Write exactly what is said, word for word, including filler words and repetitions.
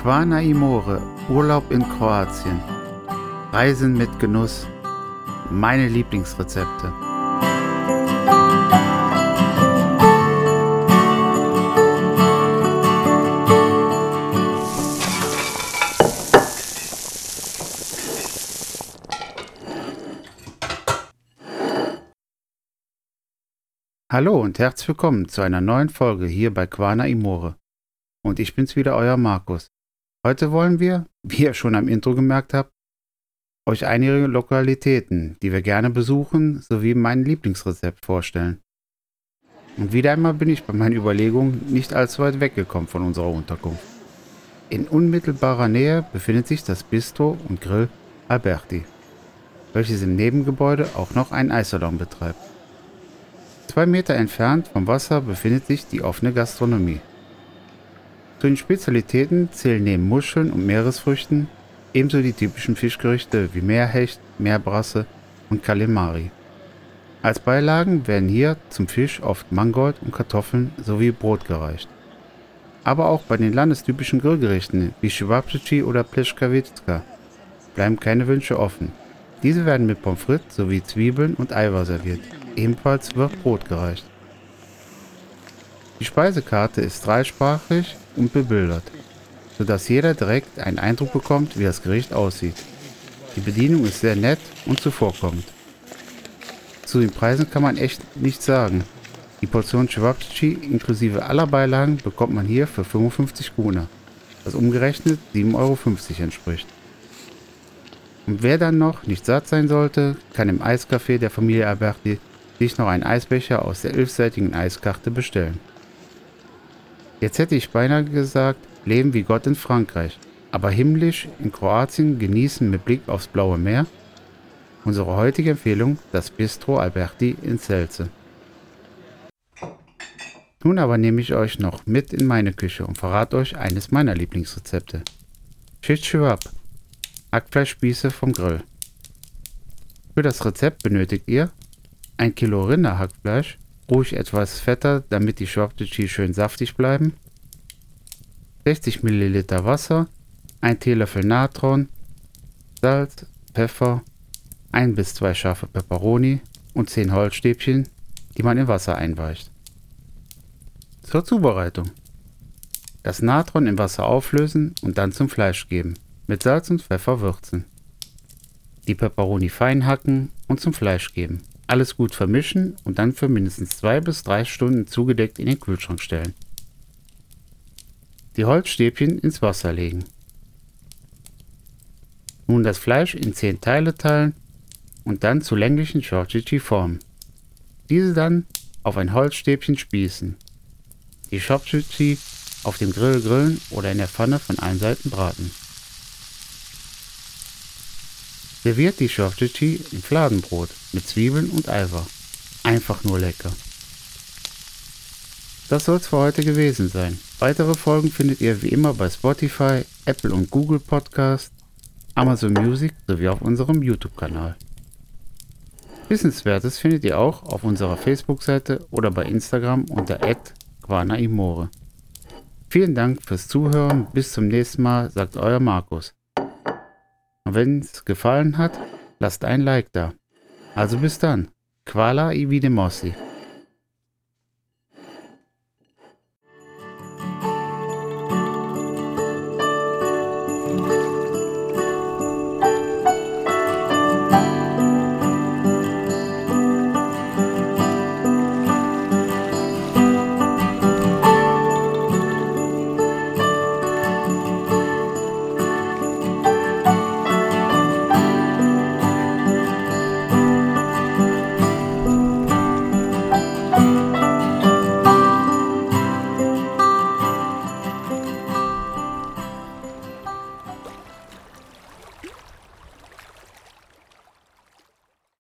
Quana Imore, Urlaub in Kroatien. Reisen mit Genuss. Meine Lieblingsrezepte. Hallo und herzlich willkommen zu einer neuen Folge hier bei Quana Imore. Und ich bin's wieder, euer Markus. Heute wollen wir, wie ihr schon am Intro gemerkt habt, euch einige Lokalitäten, die wir gerne besuchen, sowie mein Lieblingsrezept vorstellen. Und wieder einmal bin ich bei meinen Überlegungen nicht allzu weit weggekommen von unserer Unterkunft. In unmittelbarer Nähe befindet sich das Bistro und Grill Alberti, welches im Nebengebäude auch noch einen Eissalon betreibt. Zwei Meter entfernt vom Wasser befindet sich die offene Gastronomie. Zu den Spezialitäten zählen neben Muscheln und Meeresfrüchten ebenso die typischen Fischgerichte wie Meerhecht, Meerbrasse und Calamari. Als Beilagen werden hier zum Fisch oft Mangold und Kartoffeln sowie Brot gereicht. Aber auch bei den landestypischen Grillgerichten wie Cevapcici oder Pleškavica bleiben keine Wünsche offen. Diese werden mit Pommes frites sowie Zwiebeln und Eiweiß serviert. Ebenfalls wird Brot gereicht. Die Speisekarte ist dreisprachig und bebildert, sodass jeder direkt einen Eindruck bekommt, wie das Gericht aussieht. Die Bedienung ist sehr nett und zuvorkommend. Zu den Preisen kann man echt nichts sagen. Die Portion Cevapcici inklusive aller Beilagen bekommt man hier für fünfundfünfzig Kuna, was umgerechnet sieben Euro fünfzig entspricht. Und wer dann noch nicht satt sein sollte, kann im Eiscafé der Familie Alberti sich noch einen Eisbecher aus der elfseitigen Eiskarte bestellen. Jetzt hätte ich beinahe gesagt, leben wie Gott in Frankreich, aber himmlisch in Kroatien genießen mit Blick aufs blaue Meer. Unsere heutige Empfehlung, das Bistro Alberti in Selce. Nun aber nehme ich euch noch mit in meine Küche und verrate euch eines meiner Lieblingsrezepte. Shish Kebab, Hackfleischspieße vom Grill. Für das Rezept benötigt ihr ein Kilo Rinderhackfleisch, ruhig etwas fetter, damit die Cevapcici schön saftig bleiben, sechzig Milliliter Wasser, ein Teelöffel Natron, Salz, Pfeffer, ein bis zwei scharfe Peperoni und zehn Holzstäbchen, die man in Wasser einweicht. Zur Zubereitung: Das Natron im Wasser auflösen und dann zum Fleisch geben, mit Salz und Pfeffer würzen. Die Peperoni fein hacken und zum Fleisch geben. Alles gut vermischen und dann für mindestens zwei bis drei Stunden zugedeckt in den Kühlschrank stellen. Die Holzstäbchen ins Wasser legen. Nun das Fleisch in zehn Teile teilen und dann zu länglichen Cevapcici formen. Diese dann auf ein Holzstäbchen spießen. Die Cevapcici auf dem Grill grillen oder in der Pfanne von allen Seiten braten. Serviert die Cevapcici in Fladenbrot mit Zwiebeln und Eiweiß. Einfach nur lecker. Das soll es für heute gewesen sein. Weitere Folgen findet ihr wie immer bei Spotify, Apple und Google Podcast, Amazon Music sowie auf unserem YouTube-Kanal. Wissenswertes findet ihr auch auf unserer Facebook-Seite oder bei Instagram unter at quana imore. Vielen Dank fürs Zuhören. Bis zum nächsten Mal, sagt euer Markus. Und wenn es gefallen hat, lasst ein Like da. Also bis dann. Hvala i vidimos si.